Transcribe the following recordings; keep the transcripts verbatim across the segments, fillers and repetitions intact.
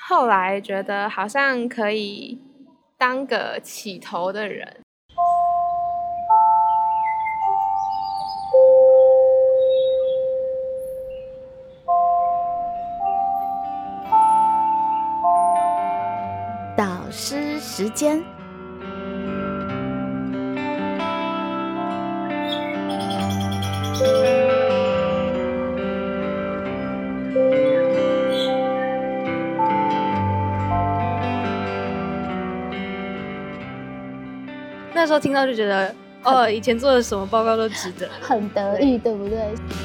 后来觉得好像可以当个起头的人。 导师时间。 那时候听到就觉得，哦，以前做的什么报告都值得， 很得意，对不对？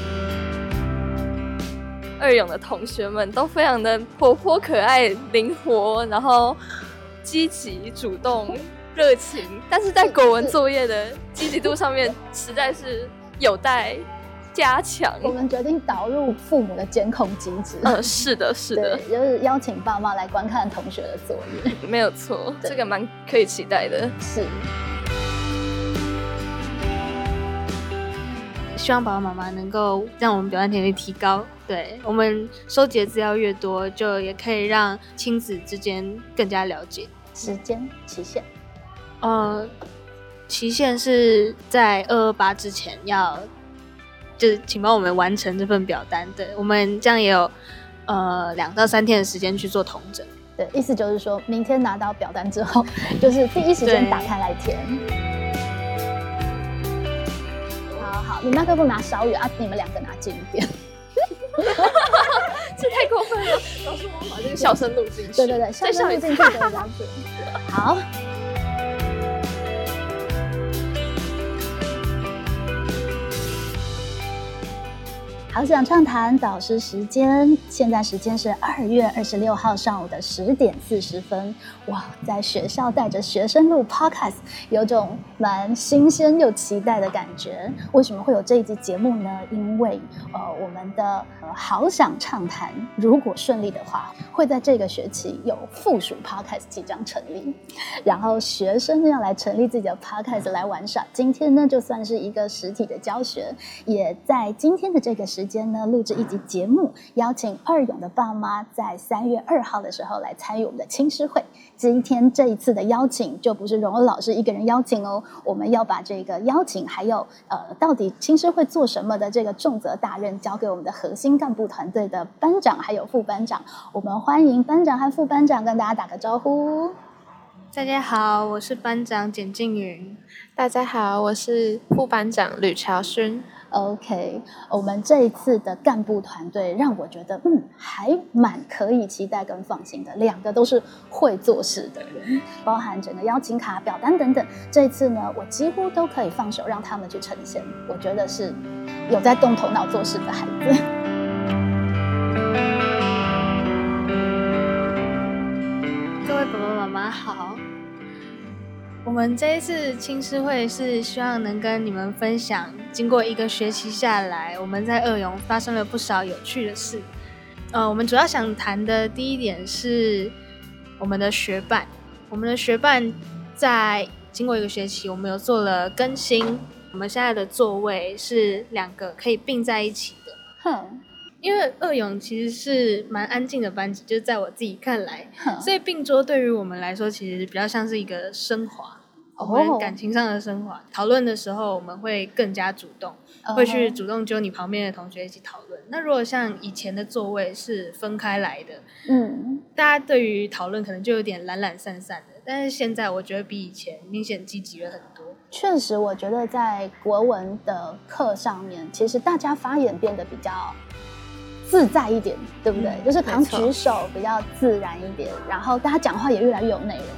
二勇的同学们都非常的活泼可爱、灵活，然后积极、主动、热情，但是在国文作业的积极度上面实在是有待加强。 我们决定导入父母的监控机制。 嗯，是的，是的， 对，就是邀请爸妈来观看同学的作业， 没有错，这个蛮可以期待的。 是。 希望爸爸妈妈能够让我们表单田率提高，对，我们收集的资料越多，就也可以让亲子之间更加了解。 时间期限， 呃，期限是在二二八之前要，就是请帮我们完成这份表单。对，我们这样也有呃两到三天的时间去做统整。 对，意思就是说明天拿到表单之后，就是第一时间打开来填。你麦克风拿稍远啊，你们两个拿近一点。 这太过分了！老师，我把这个笑声录进去。 对对对，笑声录进去可以这样子。好。好想畅谈导师时间，现在时间是二月二十六号上午的十点四十分。哇，在学校带着学生录 podcast， 有种蛮新鲜又期待的感觉。为什么会有这一集节目呢？因为呃，我们的、呃、好想畅谈，如果顺利的话，会在这个学期有附属 podcast 即将成立，然后学生要来成立自己的 podcast 来玩耍。今天呢，就算是一个实体的教学，也在今天的这个时间呢，录制一集节目，邀请二勇的爸妈在三月二号的时候来参与我们的亲师会。今天这一次的邀请就不是荣恩老师一个人邀请哦，我们要把这个邀请还有呃到底亲师会做什么的这个重责大任交给我们的核心干部团队的班长还有副班长。我们欢迎班长和副班长跟大家打个招呼。 大家好，我是班长简静云。 大家好，我是副班长吕乔勋。 OK， 我们这一次的干部团队让我觉得，嗯，还蛮可以期待跟放心的。两个都是会做事的人，包含整个邀请卡、表单等等。这一次呢，我几乎都可以放手让他们去呈现。我觉得是有在动头脑做事的孩子。 各位爸爸妈妈好。我们这一次亲师会是希望能跟你们分享，经过一个学期下来，我们在二勇发生了不少有趣的事。呃，我们主要想谈的第一点是我们的学伴。我们的学伴在经过一个学期，我们有做了更新。我们现在的座位是两个可以并在一起的。哼。因为二勇其实是蛮安静的班级，就是在我自己看来，所以并桌对于我们来说其实比较像是一个升华，我们感情上的升华。讨论的时候我们会更加主动，会去主动揪你旁边的同学一起讨论。那如果像以前的座位是分开来的，嗯，大家对于讨论可能就有点懒懒散散的，但是现在我觉得比以前明显积极了很多。 确实，我觉得在国文的课上面，其实大家发言变得比较自在一点，对不对？嗯、就是常举手比较自然一点，然后大家讲话也越来越有内容。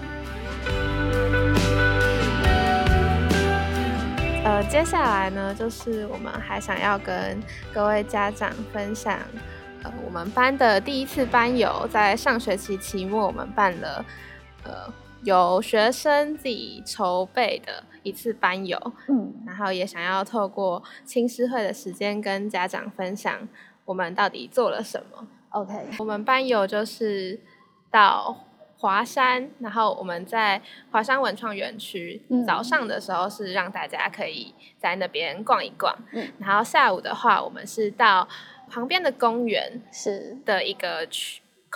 呃，接下来呢，就是我们还想要跟各位家长分享，呃，我们班的第一次班游，在上学期期末我们办了，呃，由学生自己筹备的一次班游，嗯，然后也想要透过亲师会的时间跟家长分享。我们到底做了什么 ？OK， 我们班游就是到华山，然后我们在华山文创园区、嗯、早上的时候是让大家可以在那边逛一逛、嗯、然后下午的话我们是到旁边的公园是的一个区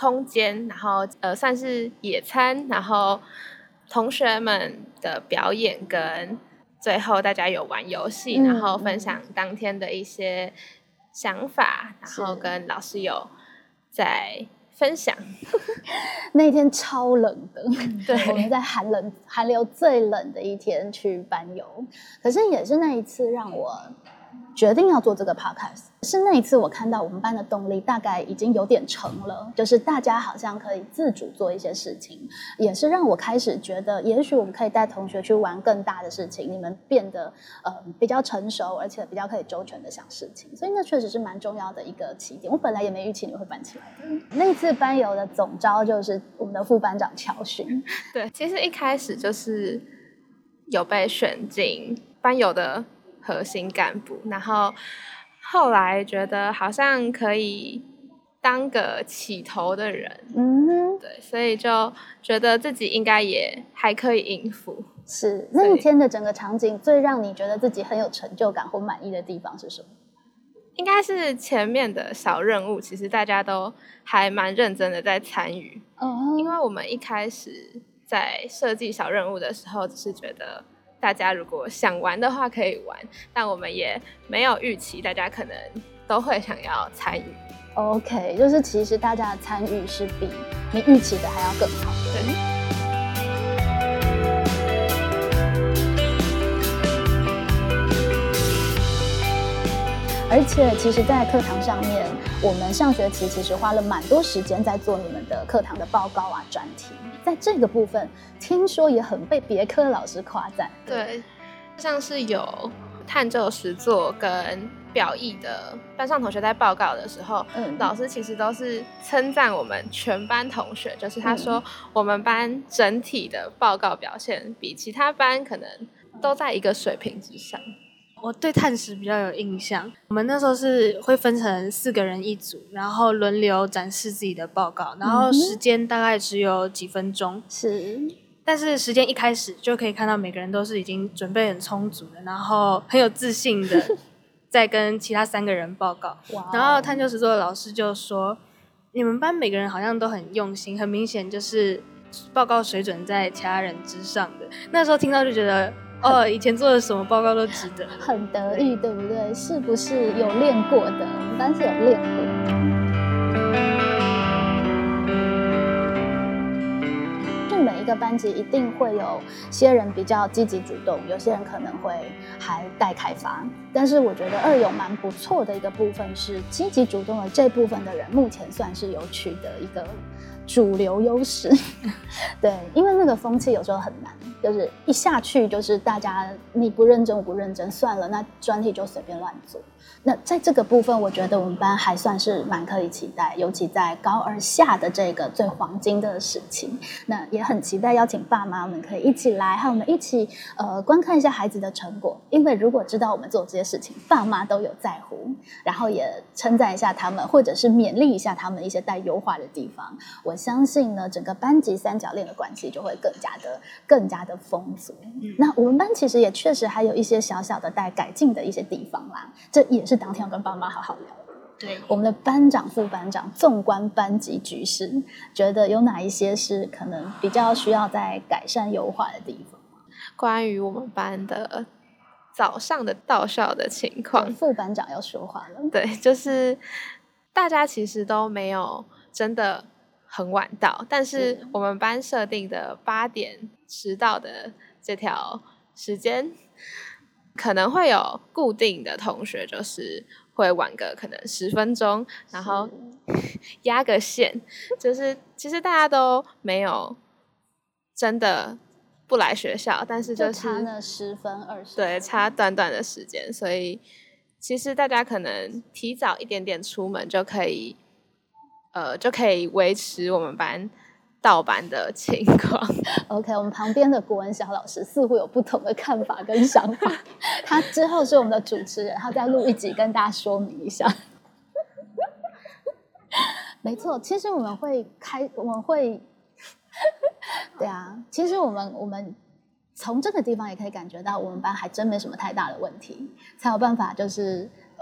空间，然后呃算是野餐，然后同学们的表演跟最后大家有玩游戏， 嗯然后分享当天的一些想法，然后跟老师有在分享。 那一天超冷的， 对， 我们在寒冷寒流最冷的一天去班游，可是也是那一次让我决定要做这个 podcast， 是那一次我看到我们班的动力大概已经有点成了，就是大家好像可以自主做一些事情，也是让我开始觉得也许我们可以带同学去玩更大的事情，你们变得呃比较成熟，而且比较可以周全的想事情，所以那确实是蛮重要的一个起点。我本来也没预期你会办起来的。那次班游的总召就是我们的副班长乔勋。 对，其实一开始就是有被选进班游的核心干部，然后后来觉得好像可以当个起头的人， 嗯哼， 对，所以就觉得自己应该也还可以应付。 是那一天的整个场景最让你觉得自己很有成就感或满意的地方是什么？ 应该是前面的小任务，其实大家都还蛮认真的在参与， 哦， 因为我们一开始在设计小任务的时候，只是觉得大家如果想玩的话可以玩，但我们也没有预期大家可能都会想要参与。 OK， 就是其实大家的参与是比你预期的还要更好的。 对。 而且其实在课堂上面，我们上学期其实花了蛮多时间在做你们的课堂的报告啊、专题，在这个部分听说也很被别科老师夸赞。 对，像是有探究实作跟表意的班上同学在报告的时候，嗯，老师其实都是称赞我们全班同学，就是他说我们班整体的报告表现比其他班可能都在一个水平之上。 我对探实比较有印象，我们那时候是会分成四个人一组，然后轮流展示自己的报告，然后时间大概只有几分钟， 是， 但是时间一开始就可以看到每个人都是已经准备很充足的，然后很有自信的在跟其他三个人报告。然后探究实作的老师就说，你们班每个人好像都很用心，很明显就是报告水准在其他人之上的。那时候听到就觉得哦，以前做的什么报告都值得， 很得意，对不对？是不是有练过的？我们班是有练过的。就每一个班级一定会有些人比较积极主动，有些人可能会还待开发。但是我觉得二勇蛮不错的一个部分是，积极主动的这部分的人，目前算是有取得一个主流优势。对，因为那个风气有时候很难，就是一下去就是大家你不认真我不认真，算了，那专题就随便乱做。那在这个部分我觉得我们班还算是蛮可以期待，尤其在高二下的这个最黄金的时期，那也很期待邀请爸妈们可以一起来和我们一起呃观看一下孩子的成果，因为如果知道我们做这些事情爸妈都有在乎，然后也称赞一下他们，或者是勉励一下他们一些待优化的地方，我相信呢整个班级三角恋的关系就会更加的更加的丰足。嗯、那我们班其实也确实还有一些小小的待改进的一些地方啦，这也是当天要跟爸妈好好聊。 对， 我们的班长副班长纵观班级局势，觉得有哪一些是可能比较需要再改善优化的地方？ 关于我们班的早上的到校的情况， 副班长要说话了。 对，就是大家其实都没有真的很晚到，但是我们班设定的八点迟到的这条时间，可能会有固定的同学就是会晚个可能十分钟，然后压个线，就是其实大家都没有真的不来学校，但是就是就差那十分二十， 对，差短短的时间，所以其实大家可能提早一点点出门就可以，呃，就可以维持我们班到班的情况。 OK， 我们旁边的国文小老师似乎有不同的看法跟想法，他之后是我们的主持人，他再录一集跟大家说明一下。没错，其实我们会开，我们会，对啊，其实我们我们从这个地方也可以感觉到，我们班还真没什么太大的问题，才有办法就是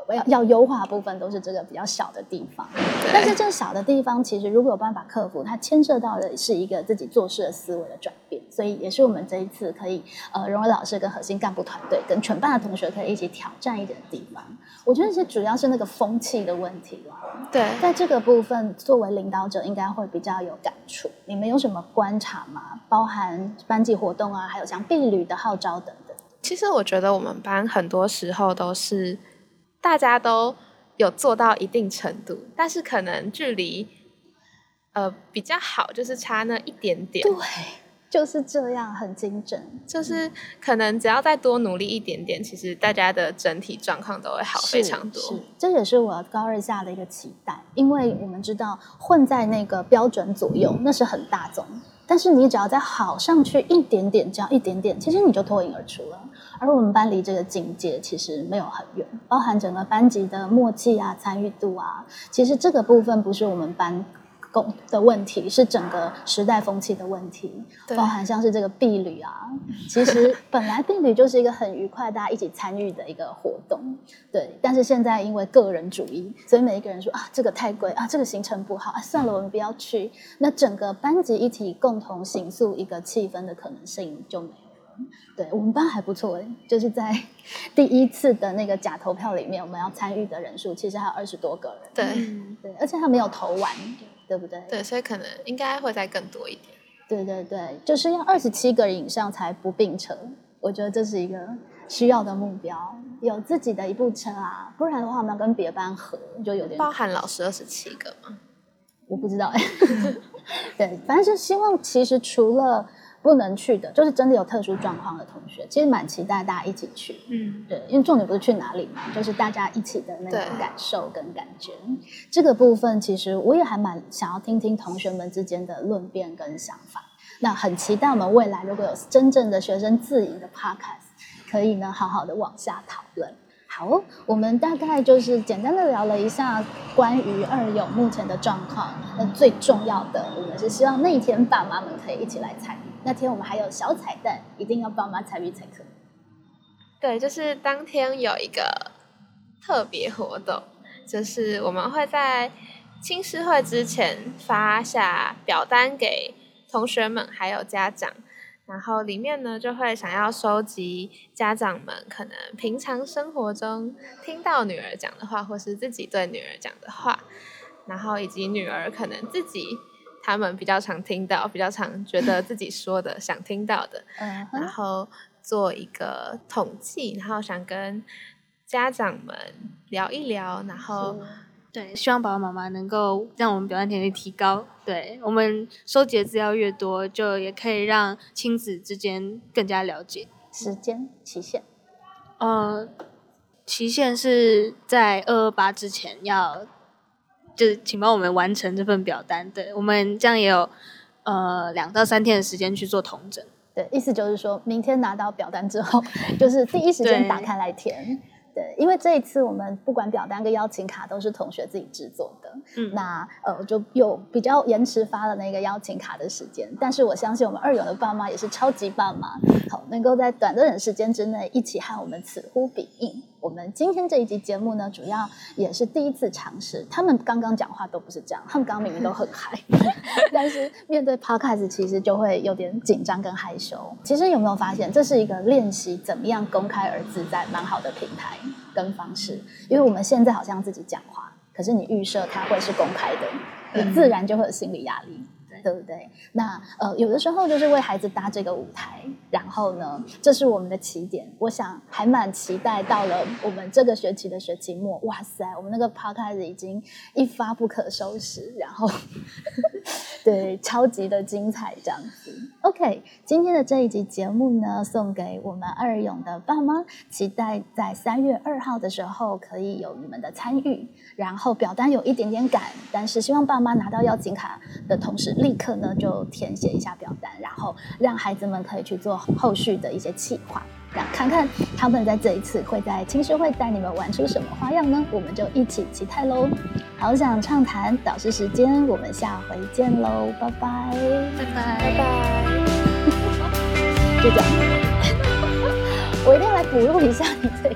要要优化的部分都是这个比较小的地方。但是这小的地方其实如果有办法克服，它牵涉到的是一个自己做事的思维的转变，所以也是我们这一次可以呃荣伟老师跟核心干部团队跟全班的同学可以一起挑战一点的地方。我觉得是主要是那个风气的问题啦。 对， 在这个部分作为领导者应该会比较有感触。你们有什么观察吗？包含班级活动啊，还有像毕旅的号召等等。 其实我觉得我们班很多时候都是大家都有做到一定程度，但是可能距离呃比较好就是差那一点点。 对，就是这样，很精准。 就是可能只要再多努力一点点，其实大家的整体状况都会好非常多。 是是，这也是我高二下的一个期待，因为我们知道混在那个标准左右那是很大宗，但是你只要再好上去一点点，只要一点点，其实你就脱颖而出了。而我们班离这个境界其实没有很远，包含整个班级的默契啊、参与度啊，其实这个部分不是我们班的问题，是整个时代风气的问题。包含像是这个毕旅啊，其实本来毕旅就是一个很愉快大家一起参与的一个活动，对。但是现在因为个人主义，所以每一个人说啊这个太贵啊，这个行程不好啊，算了我们不要去，那整个班级一起共同形塑一个气氛的可能性就没有。对，我们班还不错，就是在第一次的那个假投票里面，我们要参与的人数其实还有二十多个人。 对、 嗯、对，而且他没有投完，对不对？ 对，所以可能应该会再更多一点。 对对对，就是要二十七个人以上才不并车，我觉得这是一个需要的目标，有自己的一部车啊，不然的话我们要跟别班合，就有点包含老师二十七个吗？ 我不知道对，反正是希望其实除了不能去的，就是真的有特殊状况的同学，其实蛮期待大家一起去。嗯，对，因为重点不是去哪里嘛，就是大家一起的那个感受跟感觉。这个部分其实我也还蛮想要听听同学们之间的论辩跟想法。那很期待我们未来如果有真正的学生自营的 podcast， 可以呢好好的往下讨论。好，我们大概就是简单的聊了一下关于二勇目前的状况。那最重要的，我们是希望那一天爸妈们可以一起来参与。那天我们还有小彩蛋，一定要爸妈参与才可以。 对，就是当天有一个特别活动，就是我们会在亲师会之前发下表单给同学们还有家长，然后里面呢就会想要收集家长们可能平常生活中听到女儿讲的话，或是自己对女儿讲的话，然后以及女儿可能自己他们比较常听到比较常觉得自己说的想听到的然后做一个统计，然后想跟家长们聊一聊，然后对，希望爸爸妈妈能够让我们表单填率提高。对，我们收集的资料越多，就也可以让亲子之间更加了解。 时间期限， 呃，期限是在二二八之前要，就是请帮我们完成这份表单。对，我们这样也有呃两到三天的时间去做统整。 对，意思就是说明天拿到表单之后，就是第一时间打开来填。对，因为这一次我们不管表单跟邀请卡都是同学自己制作的，嗯，那呃就有比较延迟发了那个邀请卡的时间，但是我相信我们二勇的爸妈也是超级爸妈，好，能够在短短的时间之内一起和我们此呼彼应。我们今天这一集节目呢，主要也是第一次尝试，他们刚刚讲话都不是这样，他们刚刚明明都很嗨，但是面对 podcast 其实就会有点紧张跟害羞。其实有没有发现，这是一个练习怎么样公开而自在蛮好的平台跟方式，因为我们现在好像自己讲话，可是你预设它会是公开的，你自然就会有心理压力。对不对？那呃，有的时候就是为孩子搭这个舞台，然后呢，这是我们的起点。我想还蛮期待到了我们这个学期的学期末，哇塞，我们那个 podcast 已经一发不可收拾，然后对，超级的精彩这样子。OK， 今天的这一集节目呢，送给我们二勇的爸妈，期待在三月二号的时候可以有你们的参与，然后表单有一点点赶，但是希望爸妈拿到邀请卡的同时，立刻呢就填写一下表单，然后让孩子们可以去做后续的一些企划，让看看他们在这一次会在亲师会带你们玩出什么花样呢？我们就一起期待咯。好想畅谈导师时间，我们下回见咯，拜拜拜拜拜拜就这样我一定要来补录一下你最开始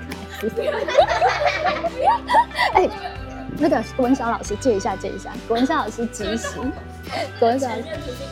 思。哎，那个国文小老师借一下，借一下。国文小老师及时，国文小老师。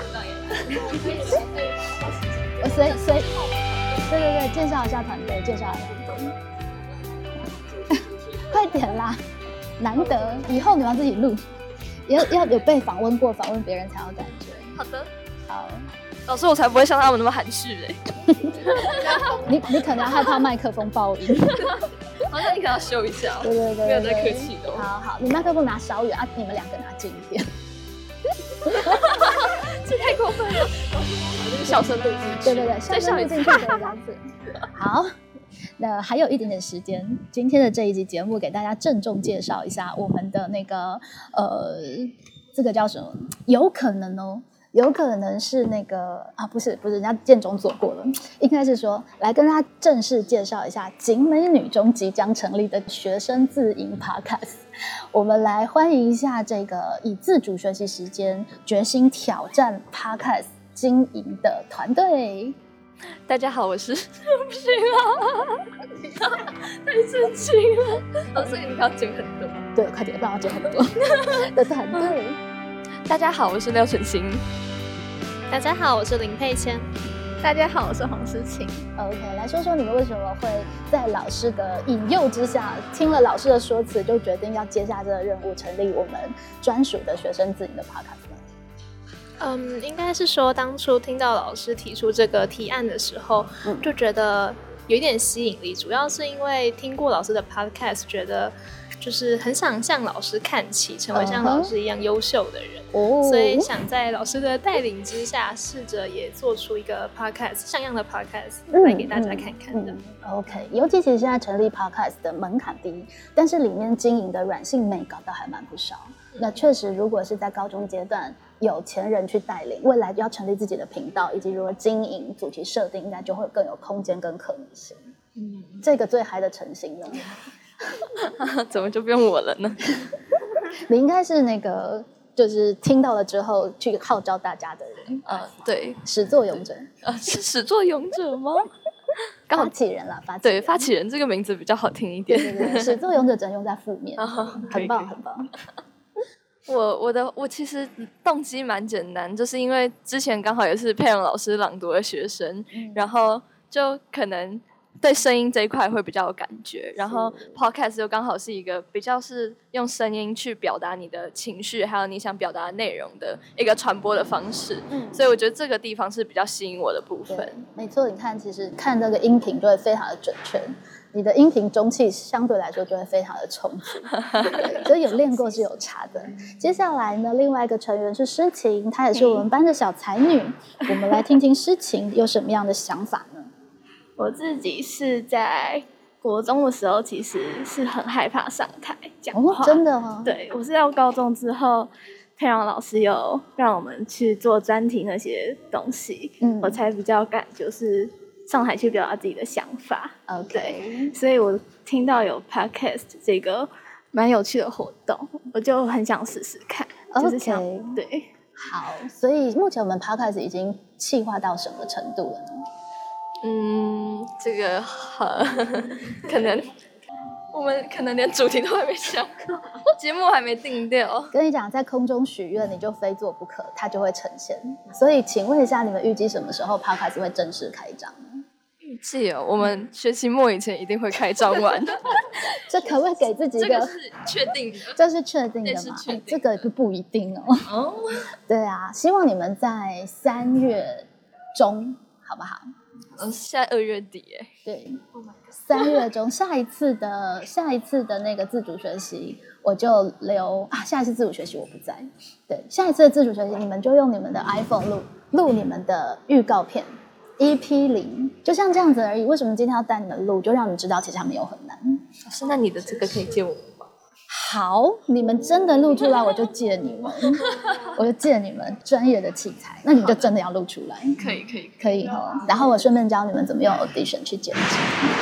我随随，对对对，介绍一下团队，介绍一下团队。快点啦，难得，以后你要自己录，要要有被访问过，访问别人才有感觉。 好的， 好。 老师，我才不会像他们那么含蓄嘞、欸。 你你可能害怕麦克风爆音。 好像你可能要修一下。 对对 对, 对， 没有在客气的、哦。 好好，你麦克风拿稍远啊，你们两个拿近一点。 这太过分了。小声录进去。 对对对，小声录进去的这样子。好，那还有一点点时间，今天的这一集节目给大家郑重介绍一下我们的那个呃，这个叫什么？有可能哦。有可能是那个啊，不是不是，人家建中做过了，应该是说来跟大家正式介绍一下景美女中即将成立的学生自营 Podcast。我们来欢迎一下这个以自主学习时间决心挑战 Podcast 经营的团队。 大家好，我是不行啊，太生气了。老师，你要剪很多。 对，快点，帮我剪很多的团队。 大家好，我是廖晨星。 大家好，我是林佩谦。 大家好，我是黄诗晴。 OK， 来说说你们为什么会在老师的引诱之下，听了老师的说辞，就决定要接下这个任务，成立我们专属的学生自营的 Podcast 呢？ 嗯，应该是说当初听到老师提出这个提案的时候，嗯、就觉得有一点吸引力，主要是因为听过老师的 Podcast， 觉得就是很想向老师看齐，成为像老师一样优秀的人， uh-huh. 所以想在老师的带领之下，试着也做出一个 podcast 像样的 podcast、嗯、来给大家看看的。嗯嗯、OK， 尤其其实现在成立 podcast 的门槛低，但是里面经营的软性美搞到还蛮不少。嗯、那确实，如果是在高中阶段有钱人去带领，未来要成立自己的频道，以及如何经营、主题设定，应该就会更有空间跟可能性。嗯，这个最嗨的成型了。 怎么就变我了呢？ 你应该是那个，就是听到了之后去号召大家的人。 呃，对， 始作俑者。 呃，是始作俑者吗？ 发起人啦，发起人。 对，发起人这个名字比较好听一点。 对对对，始作俑者只能用在负面。很棒，很棒。 我我的我其实动机蛮简单，就是因为之前刚好也是佩蓉老师朗读的学生，嗯、然后就可能对声音这一块会比较有感觉，然后 podcast 就刚好是一个比较是用声音去表达你的情绪还有你想表达的内容的一个传播的方式、嗯、所以我觉得这个地方是比较吸引我的部分。 没错，你看其实看这个音频就会非常的准确，你的音频中气相对来说就会非常的充足，对，所以有练过是有差的。接下来呢，另外一个成员是诗晴，她也是我们班的小才女，我们来听听诗晴有什么样的想法呢？ 我自己是在国中的时候，其实是很害怕上台讲话、 哦，真的吗？ 对，我是到高中之后，佩蓉老师有让我们去做专题那些东西，嗯，我才比较敢就是上台去表达自己的想法。 OK， 对，所以我听到有 podcast 这个蛮有趣的活动，我就很想试试看， okay. 就是想对。 好，所以目前我们 podcast 已经企划到什么程度了呢？ 嗯，这个可能我们可能连主题都还没想好，节目还没定掉。 跟你讲，在空中许愿，你就非做不可，它就会呈现。所以，请问一下，你们预计什么时候 podcast 会正式开张呢？ 预计哦，我们学期末以前一定会开张完。 这可不可以给自己一个？ 这个是确定的， 这是确定的吗？ 确定的， 这个就不一定哦。 哦， 对啊，希望你们在三月中，好不好？ 嗯，现在二月底哎， 对，三月中下一次的下一次的那个自主学习，我就留啊，下一次自主学习我不在，对，下一次的自主学习你们就用你们的 iPhone 录录你们的预告片 E P 零，就像这样子而已。为什么今天要带你们录，就让你们知道其实它没有很难。 老师，那你的这个可以借我们吗？ 好，你们真的录出来，我就借你们，我就借你们专业的器材，那你们就真的要录出来。 可以，可以， 可以哈。然后我顺便教你们怎么用 Audition 去剪辑。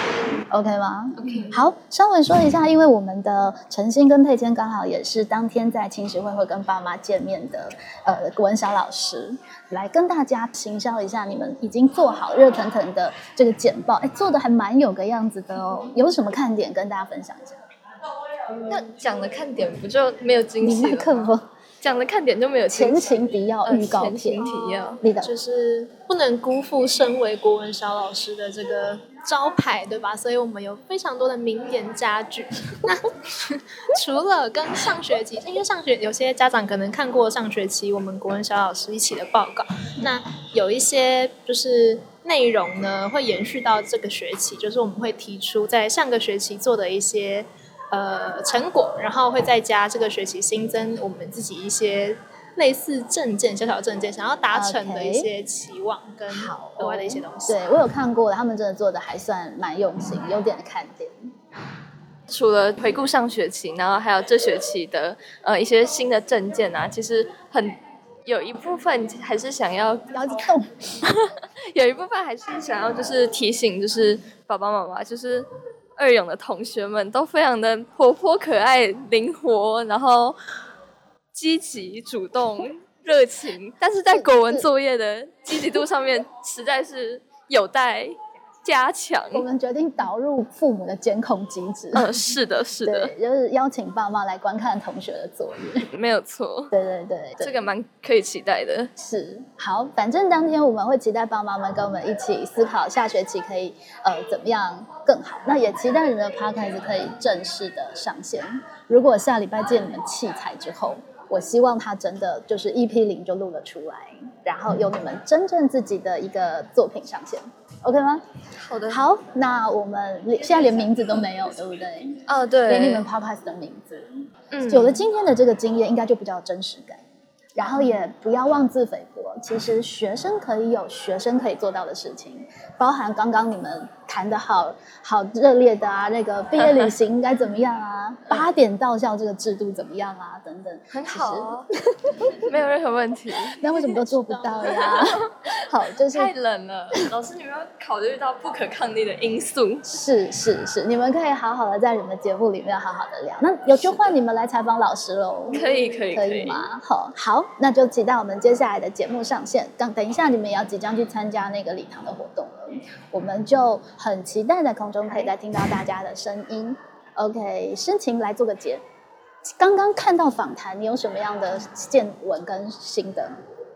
OK 吗 ？OK。 好，稍微说一下，因为我们的晨星跟佩芊刚好也是当天在青实会会跟爸妈见面的呃国文小老师，来跟大家行销一下你们已经做好热腾腾的这个简报，哎，做的还蛮有个样子的哦。有什么看点跟大家分享一下？ 那讲的看点不就没有惊喜了吗？讲的看点就没有前情提要预告片， 前情提要， 就是不能辜负身为国文小老师的这个招牌，对吧？所以我们有非常多的名言佳句。那除了跟上学期，因为上学有些家长可能看过上学期我们国文小老师一起的报告，那有一些就是内容呢会延续到这个学期，就是我们会提出在上个学期做的一些呃成果，然后会再加这个学期新增我们自己一些类似证件、小小证件想要达成的一些期望跟额外的一些东西。 对，我有看过，他们真的做的还算蛮用心，有点看点。 除了回顾上学期，然后还有这学期的呃一些新的证件啊，其实很有一部分还是想要要动， 有一部分还是想要就是提醒，就是爸爸妈妈，就是二勇的同学们都非常的活泼可爱、灵活，然后积极、主动、热情，但是在国文作业的积极度上面，实在是有待加强。 我们决定导入父母的监控机制。 嗯，是的，是的， 对，就是邀请爸妈来观看同学的作业。 没有错。 对对对， 这个蛮可以期待的。 是，好，反正当天我们会期待爸妈们跟我们一起思考下学期可以呃怎么样更好。那也期待你们的 podcast 可以正式的上线。如果下礼拜借你们器材之后，我希望它真的就是 E P 零 就录了出来，然后有你们真正自己的一个作品上线。OK 吗？ 好的。 好，那我们现在连名字都没有，对不对？ 哦，对， 连你们 podcast 的名字。 嗯， 有了今天的这个经验，应该就比较有真实感。然后也不要妄自菲薄，其实学生可以有学生可以做到的事情，包含刚刚你们谈的好好热烈的啊，那个毕业旅行应该怎么样啊，八点到校这个制度怎么样啊，等等， 很好啊，没有任何问题。 那为什么都做不到呀？好，就是太冷了，老师你们要考虑到不可抗力的因素。 是是是，你们可以好好的在你们节目里面好好的聊。那有就换你们来采访老师喽， 可以可以可以吗？好，好，那就期待我们接下来的节目上线。等等一下，你们也要即将去参加那个礼堂的活动了，我们就很期待在空中可以再听到大家的声音。OK， 诗晴来做个结。刚刚看到访谈，你有什么样的见闻跟心得？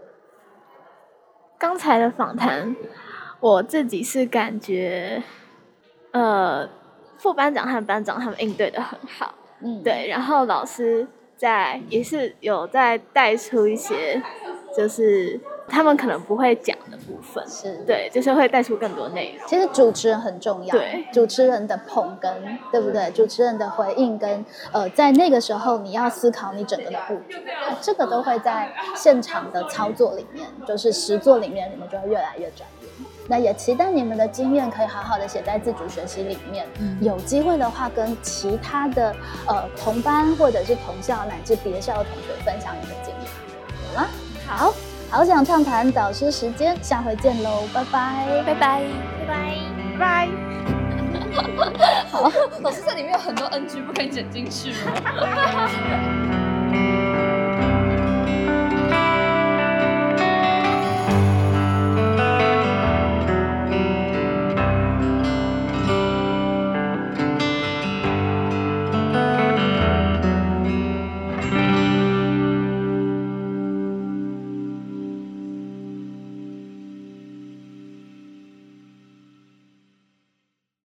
刚才的访谈，我自己是感觉，呃，副班长和班长他们应对的很好，嗯，对，然后老师在也是有在带出一些，就是他们可能不会讲的部分， 是对，就是会带出更多内容。 其实主持人很重要， 对， 主持人的捧跟，对不对？主持人的回应跟呃，在那个时候你要思考你整个的布局，这个都会在现场的操作里面，就是实作里面，你们就会越来越专业。那也期待你们的经验可以好好的写在自主学习里面，嗯、有机会的话跟其他的呃同班或者是同校乃至别校的同学分享你的经验，好吗？好。好想畅谈导师时间，下回见喽，拜拜， 拜拜， 拜拜， 拜拜。 好， 老师这里面有很多 N G 不可以剪进去吗？